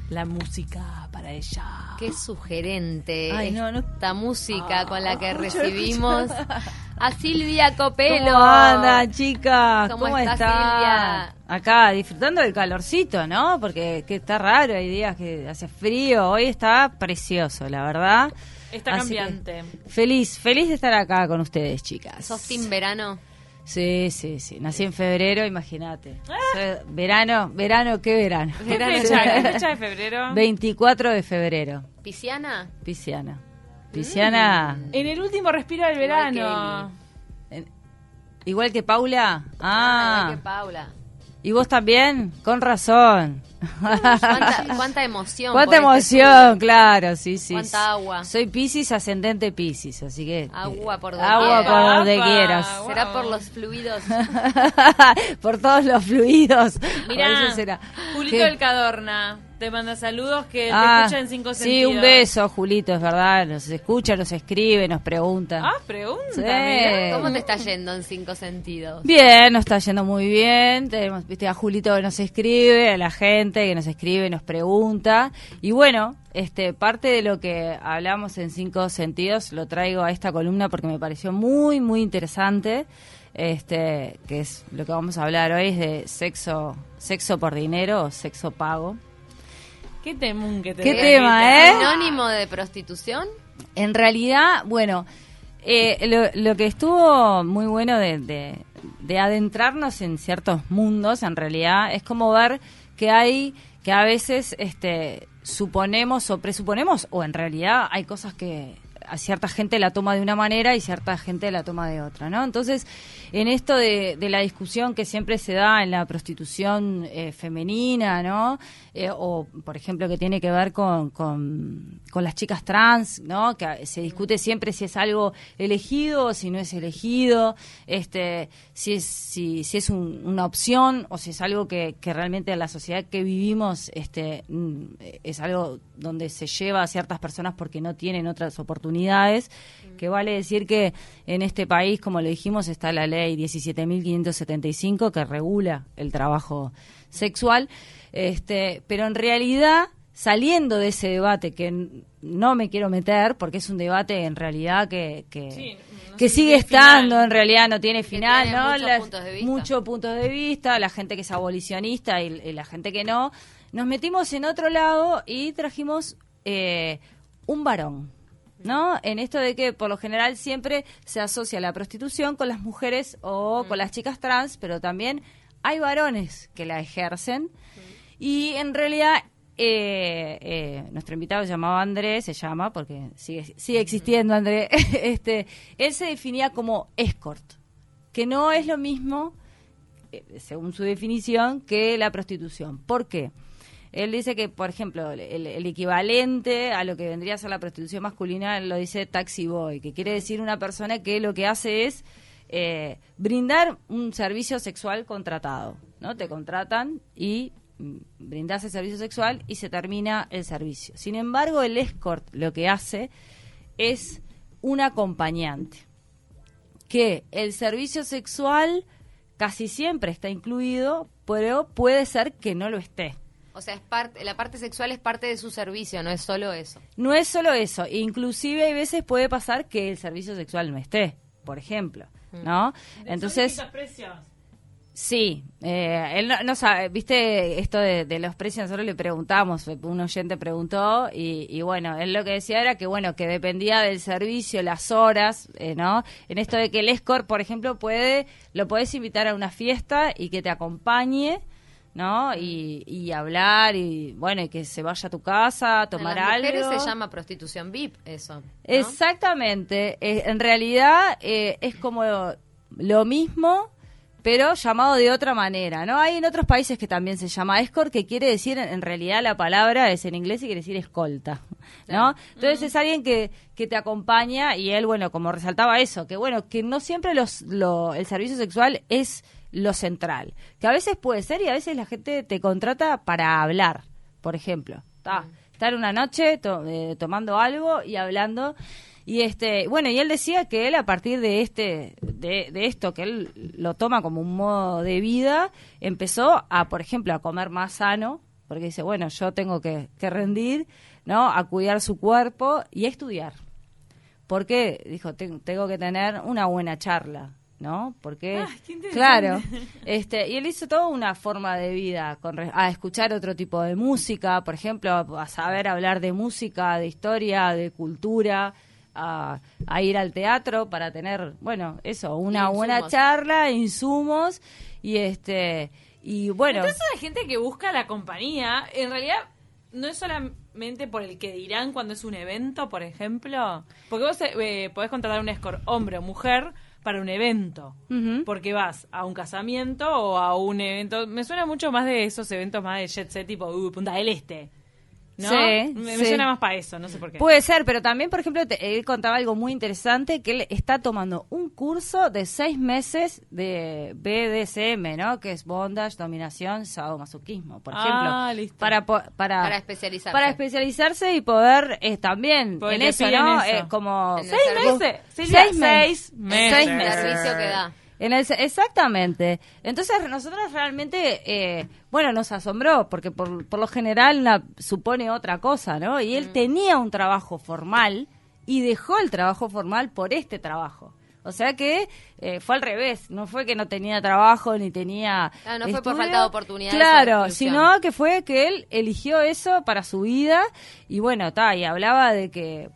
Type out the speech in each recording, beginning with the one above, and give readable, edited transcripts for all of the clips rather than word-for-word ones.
la música para ella. Qué sugerente. Ay, no, esta música con la que recibimos a Silvia Copelo. ¿Cómo andan, chicas? ¿Cómo está, Silvia? Acá disfrutando del calorcito, ¿no? Porque que está raro, hay días que hace frío. Hoy está precioso, la verdad. Está cambiante. Feliz de estar acá con ustedes, chicas. ¿Sos team verano? Sí. Nací en febrero, imagínate. Verano, ¿qué verano? ¿Qué fecha de febrero? 24 de febrero. ¿Pisciana? Pisciana. En el último respiro del verano. Igual que Paula. Igual que Paula. ¿Y vos también? Con razón. ¿Cuánta emoción? ¿Cuánta emoción? Claro, sí. ¿Cuánta agua? Soy Piscis, ascendente Piscis, así que... Agua por donde quieras. Wow. ¿Será por los fluidos? Por todos los fluidos. Mirá, será. Julito del Cadorna te manda saludos que te escucha en 5 sentidos. Sí, un beso, Julito, es verdad. Nos escucha, nos escribe, nos pregunta. Pregunta. Sí. ¿Cómo te está yendo en 5 sentidos? Bien, nos está yendo muy bien. Tenemos a Julito que nos escribe, a la gente que nos escribe, nos pregunta. Y bueno, parte de lo que hablamos en 5 sentidos lo traigo a esta columna porque me pareció muy, muy interesante. Que es lo que vamos a hablar hoy, es de sexo por dinero o sexo pago. Qué temón que te ¿Qué tema, ¿Sinónimo de prostitución? En realidad, bueno, lo que estuvo muy bueno de adentrarnos en ciertos mundos, en realidad, es como ver que a veces suponemos o presuponemos, o en realidad hay cosas que a cierta gente la toma de una manera y cierta gente la toma de otra, ¿no? Entonces, en esto de la discusión que siempre se da en la prostitución femenina, ¿no? O, por ejemplo, que tiene que ver con las chicas trans, ¿no? Que se discute siempre si es algo elegido o si no es elegido, si es una opción o si es algo que realmente en la sociedad que vivimos es algo donde se lleva a ciertas personas porque no tienen otras oportunidades, que vale decir que en este país, como le dijimos, está la ley 17.575 que regula el trabajo sexual, pero en realidad, saliendo de ese debate que no me quiero meter, porque es un debate en realidad que sigue estando, final. En realidad no tiene final, ¿no? Muchos puntos de vista, la gente que es abolicionista y la gente que no. Nos metimos en otro lado y trajimos un varón, ¿no? En esto de que por lo general siempre se asocia la prostitución con las mujeres o con las chicas trans, pero también hay varones que la ejercen y en realidad nuestro invitado se llamaba Andrés, se llama porque sigue existiendo Andrés, él se definía como escort, que no es lo mismo, según su definición, que la prostitución. ¿Por qué? Él dice que, por ejemplo, el equivalente a lo que vendría a ser la prostitución masculina lo dice taxi boy, que quiere decir una persona que lo que hace es brindar un servicio sexual contratado, ¿no? Te contratan y brindás el servicio sexual y se termina el servicio. Sin embargo, el escort lo que hace es un acompañante, que el servicio sexual casi siempre está incluido, pero puede ser que no lo esté. O sea, la parte sexual es parte de su servicio, no es solo eso. No es solo eso, inclusive hay veces puede pasar que el servicio sexual no esté, por ejemplo, ¿no? Entonces, precios. Sí, él no sabe, viste esto de los precios, nosotros le preguntamos, un oyente preguntó y bueno, él lo que decía era que bueno, que dependía del servicio, las horas, ¿no? En esto de que el escort, por ejemplo, lo podés invitar a una fiesta y que te acompañe, ¿no? Y hablar y bueno, y que se vaya a tu casa a tomar algo. En las mujeres se llama prostitución VIP, eso, ¿no? Exactamente, en realidad es como lo mismo, pero llamado de otra manera, ¿no? Hay en otros países que también se llama escort, que quiere decir, en realidad la palabra es en inglés y quiere decir escolta, ¿no? Entonces es alguien que te acompaña y él, bueno, como resaltaba eso, que bueno, que no siempre el servicio sexual es lo central, que a veces puede ser y a veces la gente te contrata para hablar, por ejemplo, estar una noche tomando algo y hablando. Y bueno, y él decía que él a partir de esto que él lo toma como un modo de vida, empezó a, por ejemplo, a comer más sano, porque dice, bueno, yo tengo que rendir, ¿no? A cuidar su cuerpo y a estudiar. Porque, dijo, tengo que tener una buena charla, ¿no? Porque, claro, y él hizo toda una forma de vida, a escuchar otro tipo de música, por ejemplo, a saber hablar de música, de historia, de cultura, a ir al teatro para tener, bueno, eso, una buena charla, insumos, y bueno. Entonces la gente que busca la compañía, en realidad no es solamente por el que dirán cuando es un evento, por ejemplo, porque vos podés contratar un escort, hombre o mujer, para un evento, porque vas a un casamiento o a un evento, me suena mucho más de esos eventos más de jet set tipo Punta del Este, ¿no? Sí, me sí. suena más para eso, no sé por qué. Puede ser, pero también, por ejemplo, él contaba algo muy interesante, que él está tomando un curso de 6 meses de BDSM, ¿no? Que es bondage, dominación, sadomasoquismo, por ejemplo. Listo. Para especializarse. Para especializarse y poder también porque en eso, ¿no? Como En el 6 servicio. meses. Seis meses. El servicio que da. Exactamente. Entonces nosotros realmente, nos asombró, porque por lo general supone otra cosa, ¿no? Y él tenía un trabajo formal y dejó el trabajo formal por este trabajo. O sea que fue al revés, no fue que no tenía trabajo ni tenía no fue por estudio. falta de oportunidades. Claro, sino que fue que él eligió eso para su vida y bueno, y hablaba de que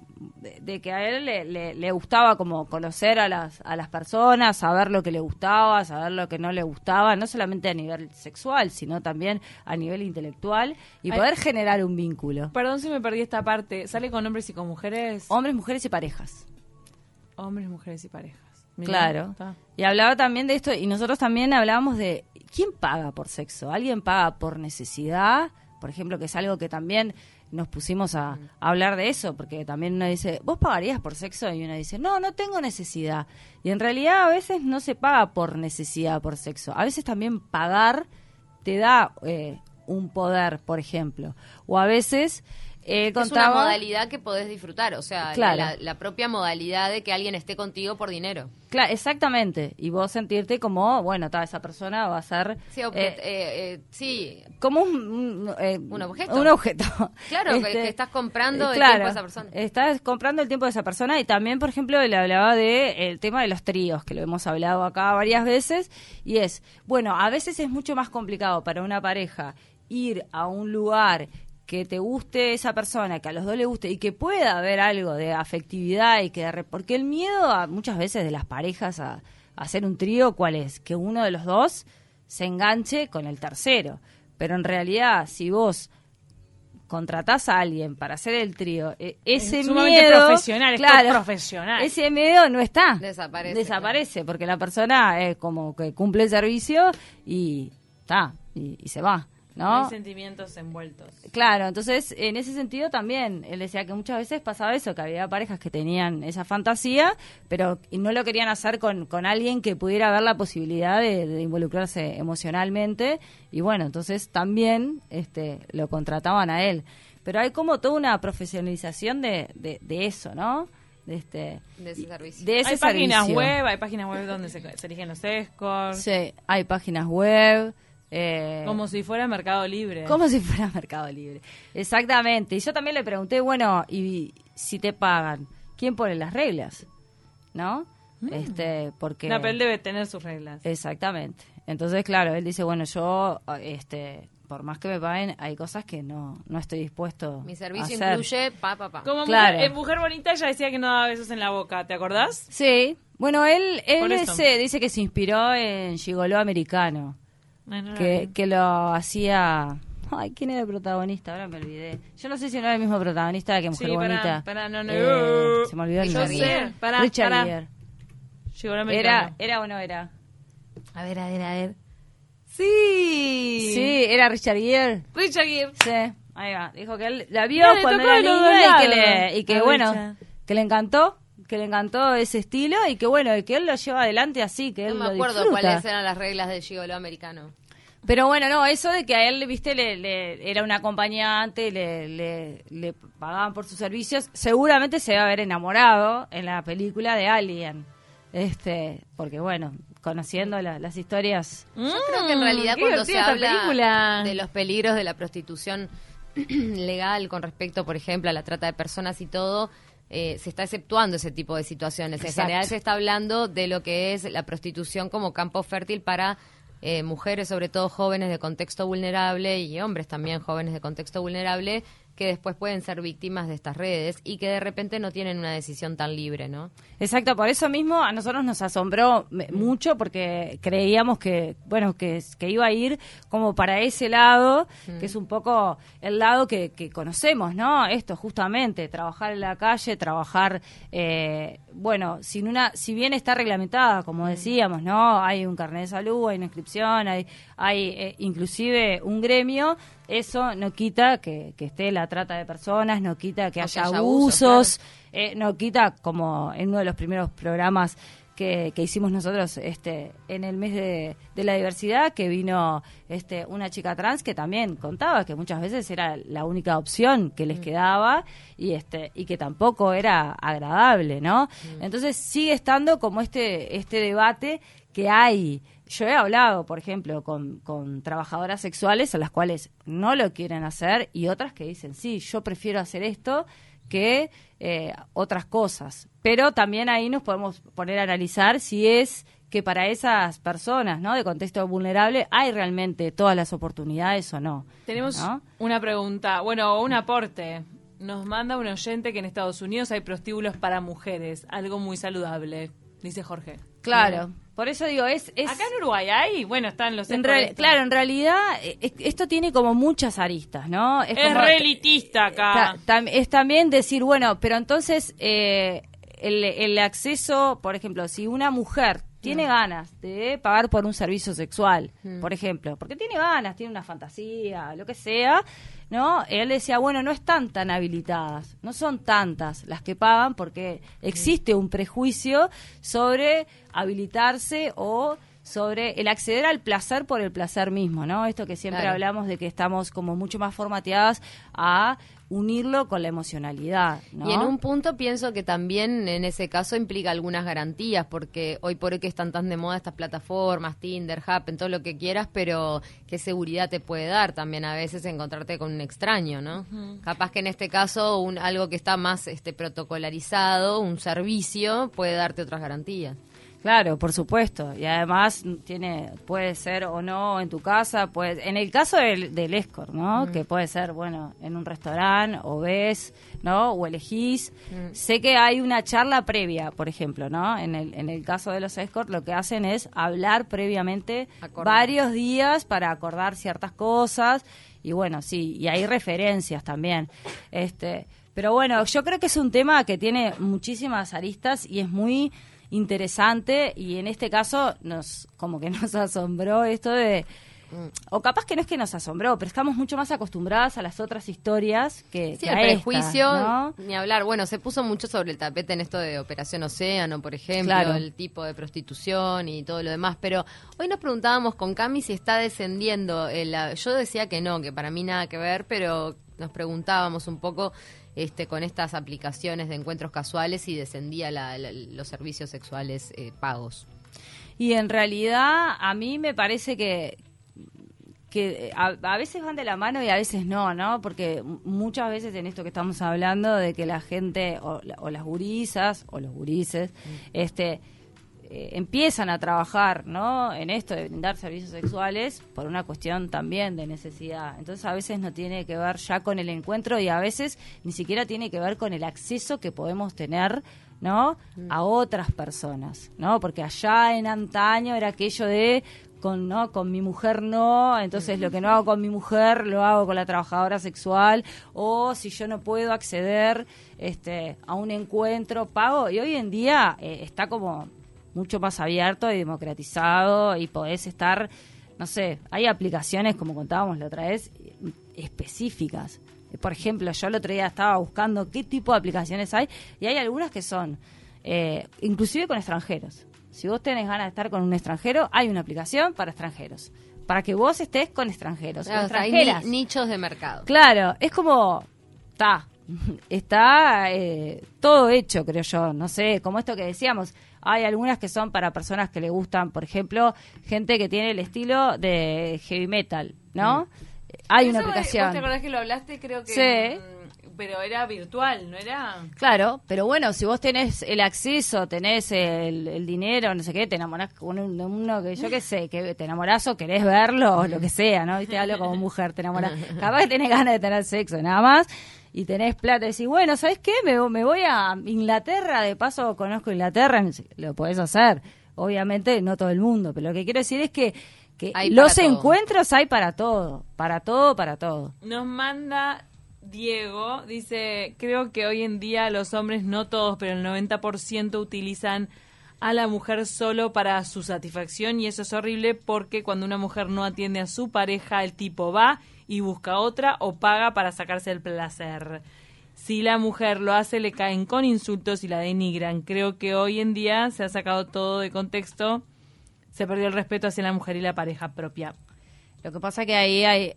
a él le gustaba como conocer a las personas, saber lo que le gustaba, saber lo que no le gustaba, no solamente a nivel sexual, sino también a nivel intelectual y poder generar un vínculo. Perdón si me perdí esta parte. ¿Sale con hombres y con mujeres? Hombres, mujeres y parejas. Hombres, mujeres y parejas. Mirá, Claro. está. Y hablaba también de esto, y nosotros también hablábamos de ¿quién paga por sexo? ¿Alguien paga por necesidad? Por ejemplo, que es algo que también nos pusimos a hablar de eso, porque también uno dice, ¿vos pagarías por sexo? Y uno dice, no tengo necesidad. Y en realidad a veces no se paga por necesidad por sexo. A veces también pagar te da un poder, por ejemplo. O a veces es una modalidad que podés disfrutar, o sea, claro, la propia modalidad de que alguien esté contigo por dinero. Claro, exactamente. Y vos sentirte como, bueno, esa persona va a ser... Sí, como un objeto. Un objeto. Claro, que estás comprando el tiempo de esa persona. Estás comprando el tiempo de esa persona y también, por ejemplo, le hablaba el tema de los tríos, que lo hemos hablado acá varias veces, y es, bueno, a veces es mucho más complicado para una pareja ir a un lugar que te guste esa persona, que a los dos le guste y que pueda haber algo de afectividad y porque el miedo muchas veces de las parejas a hacer un trío, ¿cuál es? Que uno de los dos se enganche con el tercero. Pero en realidad, si vos contratás a alguien para hacer el trío, ese es sumamente miedo, profesional, claro, es profesional. Ese miedo no está. Desaparece, claro, porque la persona es como que cumple el servicio y se va. ¿No? Hay sentimientos envueltos. Claro, entonces en ese sentido también él decía que muchas veces pasaba eso, que había parejas que tenían esa fantasía, pero no lo querían hacer con alguien que pudiera ver la posibilidad de involucrarse emocionalmente y bueno, entonces también lo contrataban a él. Pero hay como toda una profesionalización de eso, ¿no? De ese servicio. De ese hay páginas servicio. web, hay páginas web donde se eligen los escorts. Sí, hay páginas web. Como si fuera Mercado Libre. Como si fuera Mercado Libre. Exactamente. Y yo también le pregunté, bueno, y si te pagan, ¿quién pone las reglas? ¿No? Porque... No, pero él debe tener sus reglas. Exactamente. Entonces, claro, él dice, bueno, yo, por más que me paguen, hay cosas que no estoy dispuesto Mi servicio a hacer. incluye Como claro. mujer bonita ella decía que no daba besos en la boca, ¿te acordás? Sí. Bueno, él dice que se inspiró en Gigoló Americano. Bueno, Que lo hacía... Ay, ¿quién era el protagonista? Ahora me olvidé. Yo no sé si no era el mismo protagonista que Mujer Bonita. No. Se me olvidó el Yo nombre. sé. Richard Gere. Llegó la americana. ¿Era o no era? A ver. Sí, era Richard Gere. Richard Gere. Sí, ahí va. Dijo que él la vio Mira, le cuando tocó era de los niña dos y lados que a bueno, Richard. que le encantó ese estilo y que bueno, que él lo lleva adelante así, que No él me lo acuerdo disfruta. cuáles eran las reglas del gigoló americano. Pero bueno, no, eso de que a él, viste, le era un acompañante, le pagaban por sus servicios, seguramente se va a haber enamorado en la película de Alien. Porque bueno, conociendo las historias. Yo creo que en realidad qué cuando se divertida esta habla película. de los peligros de la prostitución legal con respecto, por ejemplo, a la trata de personas y todo, se está exceptuando ese tipo de situaciones. En Exacto. general se está hablando de lo que es la prostitución como campo fértil para mujeres, sobre todo jóvenes de contexto vulnerable, y hombres también jóvenes de contexto vulnerable, que después pueden ser víctimas de estas redes y que de repente no tienen una decisión tan libre, ¿no? Exacto, por eso mismo a nosotros nos asombró mucho porque creíamos que, bueno, que iba a ir como para ese lado, que es un poco el lado que conocemos, ¿no? Esto justamente, trabajar en la calle, trabajar, bueno, si bien está reglamentada, como decíamos, ¿no? Hay un carnet de salud, hay una inscripción, hay inclusive un gremio. Eso no quita que esté la trata de personas, no quita que haya abusos, claro. No quita, como en uno de los primeros programas que hicimos nosotros en el mes de la diversidad, que vino una chica trans que también contaba que muchas veces era la única opción que les quedaba y que tampoco era agradable, ¿no? Entonces sigue estando como este debate que hay. Yo he hablado, por ejemplo, con trabajadoras sexuales a las cuales no lo quieren hacer y otras que dicen, sí, yo prefiero hacer esto que otras cosas. Pero también ahí nos podemos poner a analizar si es que para esas personas, ¿no?, de contexto vulnerable hay realmente todas las oportunidades o no. Tenemos ¿no? una pregunta, bueno, un aporte. Nos manda un oyente que en Estados Unidos hay prostíbulos para mujeres, algo muy saludable, dice Jorge. Claro. Por eso digo, es... Acá en Uruguay hay, bueno, están los... Claro, en realidad esto tiene como muchas aristas, ¿no? Es como, re elitista acá. Es también decir, bueno, pero entonces el acceso, por ejemplo, si una mujer tiene ganas de pagar por un servicio sexual, por ejemplo, porque tiene ganas, tiene una fantasía, lo que sea, ¿no? Él decía, bueno, no están tan habilitadas, no son tantas las que pagan porque existe un prejuicio sobre habilitarse o sobre el acceder al placer por el placer mismo, ¿no? Esto que siempre hablamos de que estamos como mucho más formateadas a unirlo con la emocionalidad, ¿no? Y en un punto pienso que también en ese caso implica algunas garantías, porque hoy por hoy que están tan de moda estas plataformas, Tinder, Happen, todo lo que quieras, pero qué seguridad te puede dar también a veces encontrarte con un extraño, ¿no? Capaz que en este caso algo que está más protocolarizado, un servicio, puede darte otras garantías. Claro, por supuesto. Y además puede ser o no en tu casa, en el caso del escort, ¿no? Que puede ser, bueno, en un restaurante o ves, ¿no? O elegís. Sé que hay una charla previa, por ejemplo, ¿no? En el caso de los escort lo que hacen es hablar previamente varios días para acordar ciertas cosas. Y bueno, sí, y hay referencias también. Pero bueno, yo creo que es un tema que tiene muchísimas aristas y es muy interesante, y en este caso nos asombró esto de, o capaz que no es que nos asombró, pero estamos mucho más acostumbradas a las otras historias que sí, a el esta, prejuicio, ¿no? Ni hablar. Bueno, se puso mucho sobre el tapete en esto de Operación Océano, por ejemplo, Claro. el tipo de prostitución y todo lo demás, pero hoy nos preguntábamos con Cami si está descendiendo, yo decía que no, que para mí nada que ver, pero nos preguntábamos un poco con estas aplicaciones de encuentros casuales y descendía los servicios sexuales pagos. Y en realidad a mí me parece que a veces van de la mano y a veces no, porque muchas veces en esto que estamos hablando de que la gente o las gurisas o los gurises empiezan a trabajar, ¿no?, en esto de brindar servicios sexuales por una cuestión también de necesidad. Entonces a veces no tiene que ver ya con el encuentro y a veces ni siquiera tiene que ver con el acceso que podemos tener, ¿no?, a otras personas, ¿no? Porque allá en antaño era aquello de con mi mujer no, entonces lo que no hago con mi mujer lo hago con la trabajadora sexual, o si yo no puedo acceder a un encuentro, pago. Y hoy en día está como mucho más abierto y democratizado y podés estar, no sé, hay aplicaciones, como contábamos la otra vez, específicas. Por ejemplo, yo el otro día estaba buscando qué tipo de aplicaciones hay y hay algunas que son inclusive con extranjeros. Si vos tenés ganas de estar con un extranjero, hay una aplicación para extranjeros, para que vos estés con extranjeros, Claro, o extranjeras. hay nichos de mercado. Claro, es como, está todo hecho, creo yo, no sé, como esto que decíamos, hay algunas que son para personas que le gustan, por ejemplo, gente que tiene el estilo de heavy metal, ¿no? Hay una aplicación. ¿Vos te acordás que lo hablaste? Creo que... Sí. Pero era virtual, ¿no era? Claro, pero bueno, si vos tenés el acceso, tenés el dinero, no sé qué, te enamorás con uno que yo qué sé, que te enamorás o querés verlo o lo que sea, ¿no? Viste, hablo como mujer, te enamorás. Capaz que tenés ganas de tener sexo, nada más, y tenés plata y decís, bueno, ¿sabés qué? Me voy a Inglaterra, de paso conozco Inglaterra, lo podés hacer. Obviamente no todo el mundo, pero lo que quiero decir es que los encuentros hay para todo, para todo, para todo. Nos manda Diego, dice, creo que hoy en día los hombres, no todos, pero el 90% utilizan a la mujer solo para su satisfacción, y eso es horrible porque cuando una mujer no atiende a su pareja, el tipo va y busca otra o paga para sacarse el placer. Si la mujer lo hace, le caen con insultos y la denigran. Creo que hoy en día se ha sacado todo de contexto, se perdió el respeto hacia la mujer y la pareja propia. Lo que pasa que ahí hay,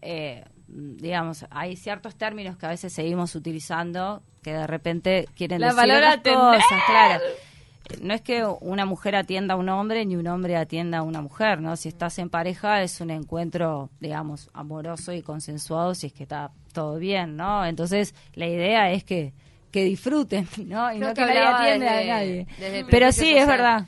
digamos, hay ciertos términos que a veces seguimos utilizando que de repente quieren La decir palabra otras cosas, claro. No es que una mujer atienda a un hombre ni un hombre atienda a una mujer, ¿no? Si estás en pareja es un encuentro, digamos, amoroso y consensuado si es que está todo bien, ¿no? Entonces la idea es que disfruten, ¿no? Y Creo no que que nadie hablaba atienda desde- a nadie. desde el Pero prejuicio sí, es social. verdad.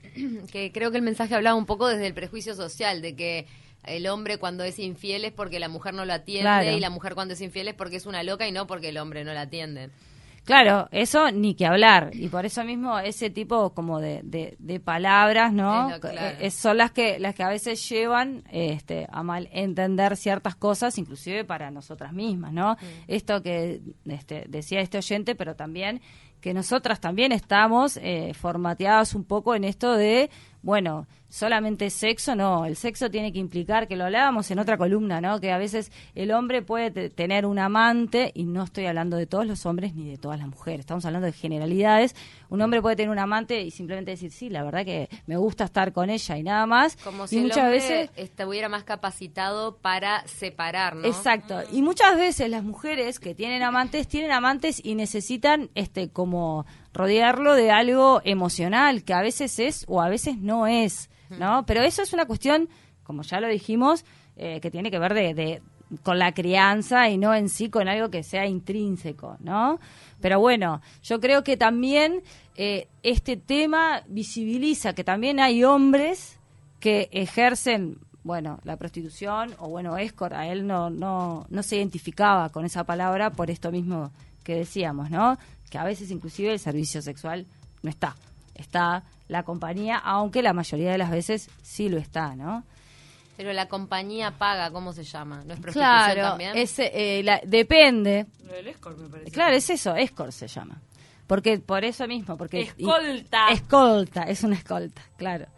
Que creo que el mensaje hablaba un poco desde el prejuicio social, de que el hombre cuando es infiel es porque la mujer no lo atiende, Claro. y la mujer cuando es infiel es porque es una loca y no porque el hombre no la atiende. Claro, eso ni que hablar. Y por eso mismo ese tipo como de palabras, ¿no? Claro. Son las que a veces llevan a mal entender ciertas cosas, inclusive para nosotras mismas, ¿no? Esto que decía este oyente, pero también que nosotras también estamos formateadas un poco en esto de, bueno, solamente sexo, no, el sexo tiene que implicar, que lo hablábamos en otra columna, ¿no? Que a veces el hombre puede tener un amante, y no estoy hablando de todos los hombres ni de todas las mujeres, estamos hablando de generalidades. Un hombre puede tener un amante y simplemente decir, sí, la verdad que me gusta estar con ella y nada más. Como y si el muchas hombre veces estuviera más capacitado para separar, ¿no? Exacto. Y muchas veces las mujeres que tienen amantes y necesitan como rodearlo de algo emocional, que a veces es o a veces no es, ¿no? Pero eso es una cuestión, como ya lo dijimos, que tiene que ver con la crianza y no en sí con algo que sea intrínseco, ¿no? Pero bueno, yo creo que también este tema visibiliza que también hay hombres que ejercen, bueno, la prostitución o bueno, escort. A él no se identificaba con esa palabra por esto mismo que decíamos, ¿no? Que a veces inclusive el servicio sexual no está la compañía, aunque la mayoría de las veces sí lo está, ¿no? Pero la compañía paga, ¿cómo se llama? ¿No es prostitución Claro, también? depende. Lo del escort me parece. Claro, es eso, escort se llama. Porque por eso mismo, porque Escolta. escolta, es una escolta, claro.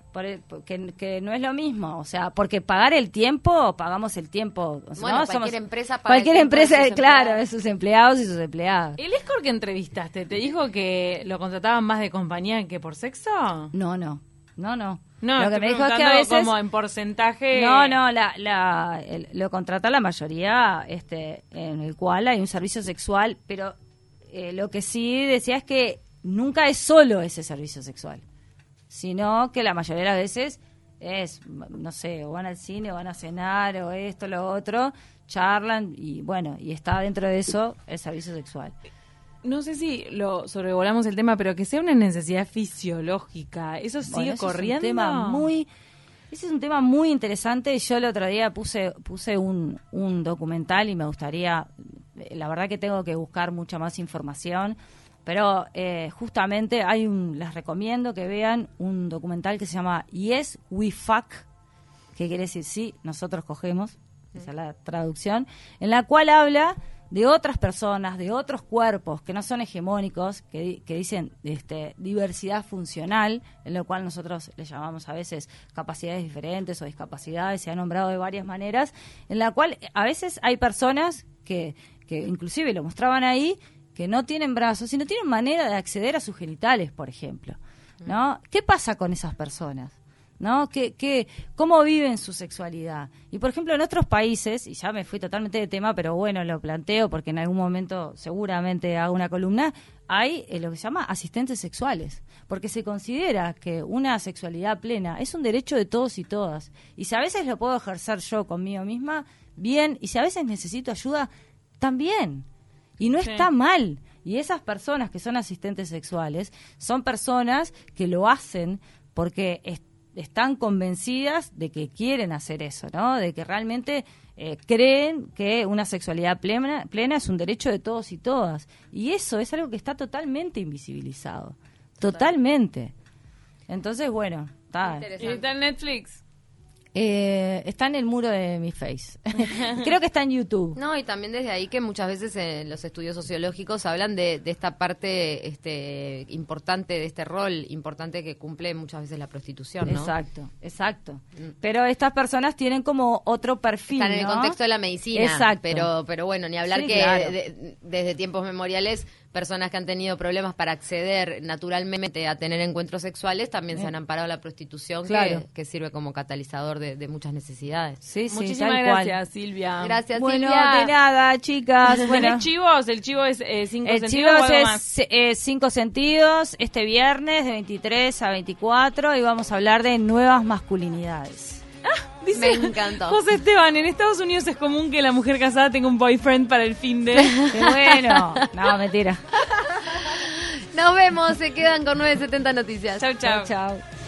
Que no es lo mismo, o sea, porque pagar el tiempo, pagamos el tiempo. O sea, Bueno, ¿no? cualquier empresa paga cualquier el tiempo de empresa, sus claro, empleados. de sus empleados y sus empleadas. ¿El escort que entrevistaste te dijo que lo contrataban más de compañía que por sexo? No. No, Lo que estoy me dijo es que a preguntando veces como en porcentaje. No, lo contrata la mayoría, en el cual hay un servicio sexual, pero lo que sí decía es que nunca es solo ese servicio sexual, sino que la mayoría de las veces es, no sé, o van al cine, o van a cenar, o esto, lo otro, charlan, y bueno, y está dentro de eso el servicio sexual. No sé si lo sobrevolamos el tema, pero que sea una necesidad fisiológica, ¿eso sigue Bueno, ese corriendo? Ese es un tema muy interesante. Yo el otro día puse un documental y me gustaría, la verdad que tengo que buscar mucha más información, pero justamente les recomiendo que vean un documental que se llama Yes, We Fuck, que quiere decir sí, nosotros cogemos, esa es la traducción, en la cual habla de otras personas, de otros cuerpos que no son hegemónicos, que dicen diversidad funcional, en lo cual nosotros le llamamos a veces capacidades diferentes o discapacidades, se ha nombrado de varias maneras, en la cual a veces hay personas que inclusive lo mostraban ahí, que no tienen brazos y no tienen manera de acceder a sus genitales, por ejemplo, ¿no? ¿Qué pasa con esas personas? ¿no? ¿Cómo viven su sexualidad? Y, por ejemplo, en otros países, y ya me fui totalmente de tema, pero bueno, lo planteo porque en algún momento seguramente hago una columna, hay lo que se llama asistentes sexuales, porque se considera que una sexualidad plena es un derecho de todos y todas. Y si a veces lo puedo ejercer yo conmigo misma, bien, y si a veces necesito ayuda, también. Y no está mal. Y esas personas que son asistentes sexuales son personas que lo hacen porque están convencidas de que quieren hacer eso, ¿no? De que realmente creen que una sexualidad plena es un derecho de todos y todas. Y eso es algo que está totalmente invisibilizado. Totalmente. Entonces, bueno, está. ¿Y está en Netflix? Está en el muro de mi face. Creo que está en YouTube. No, y también desde ahí que muchas veces en los estudios sociológicos hablan de esta parte importante, de este rol importante que cumple muchas veces la prostitución, ¿no? Exacto. Pero estas personas tienen como otro perfil, están en el contexto de la medicina. Exacto. Pero bueno, ni hablar que claro. Desde tiempos memoriales, personas que han tenido problemas para acceder naturalmente a tener encuentros sexuales también se han amparado a la prostitución, claro, que sirve como catalizador de muchas necesidades. Sí, muchísimas tal gracias, cual. Silvia. Gracias, bueno, Silvia. de nada, chicas. Bueno, ¿Tenés chivos? ¿El chivo es 5 el sentidos chivo o algo más? es 5 sentidos, este viernes de 23 a 24, y vamos a hablar de nuevas masculinidades. Dice Me encantó. José Esteban, en Estados Unidos es común que la mujer casada tenga un boyfriend para el fin de... Qué bueno. No, mentira. Nos vemos, se quedan con 970 Noticias. Chau, chau. Chau.